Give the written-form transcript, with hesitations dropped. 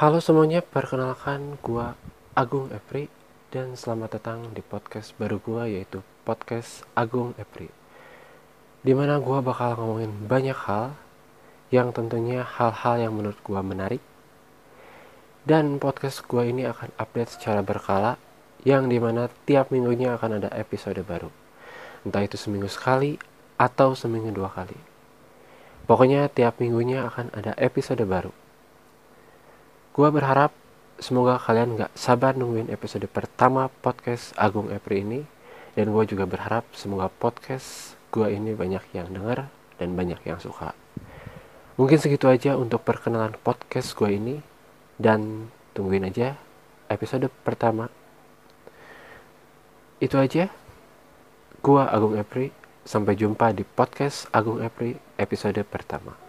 Halo semuanya, perkenalkan gua Agung Epri dan selamat datang di podcast baru gua yaitu podcast Agung Epri. Dimana gua bakal ngomongin banyak hal yang tentunya hal-hal yang menurut gua menarik. Dan podcast gua ini akan update secara berkala yang dimana tiap minggunya akan ada episode baru. Entah itu seminggu sekali atau seminggu 2 kali. Pokoknya tiap minggunya akan ada episode baru. Gua berharap semoga kalian gak sabar nungguin episode pertama podcast Agung Epri ini. Dan gue juga berharap semoga podcast gue ini banyak yang denger dan banyak yang suka. Mungkin segitu aja untuk perkenalan podcast gue ini. Dan tungguin aja episode pertama. Itu aja. Gue Agung Epri. Sampai jumpa di podcast Agung Epri episode pertama.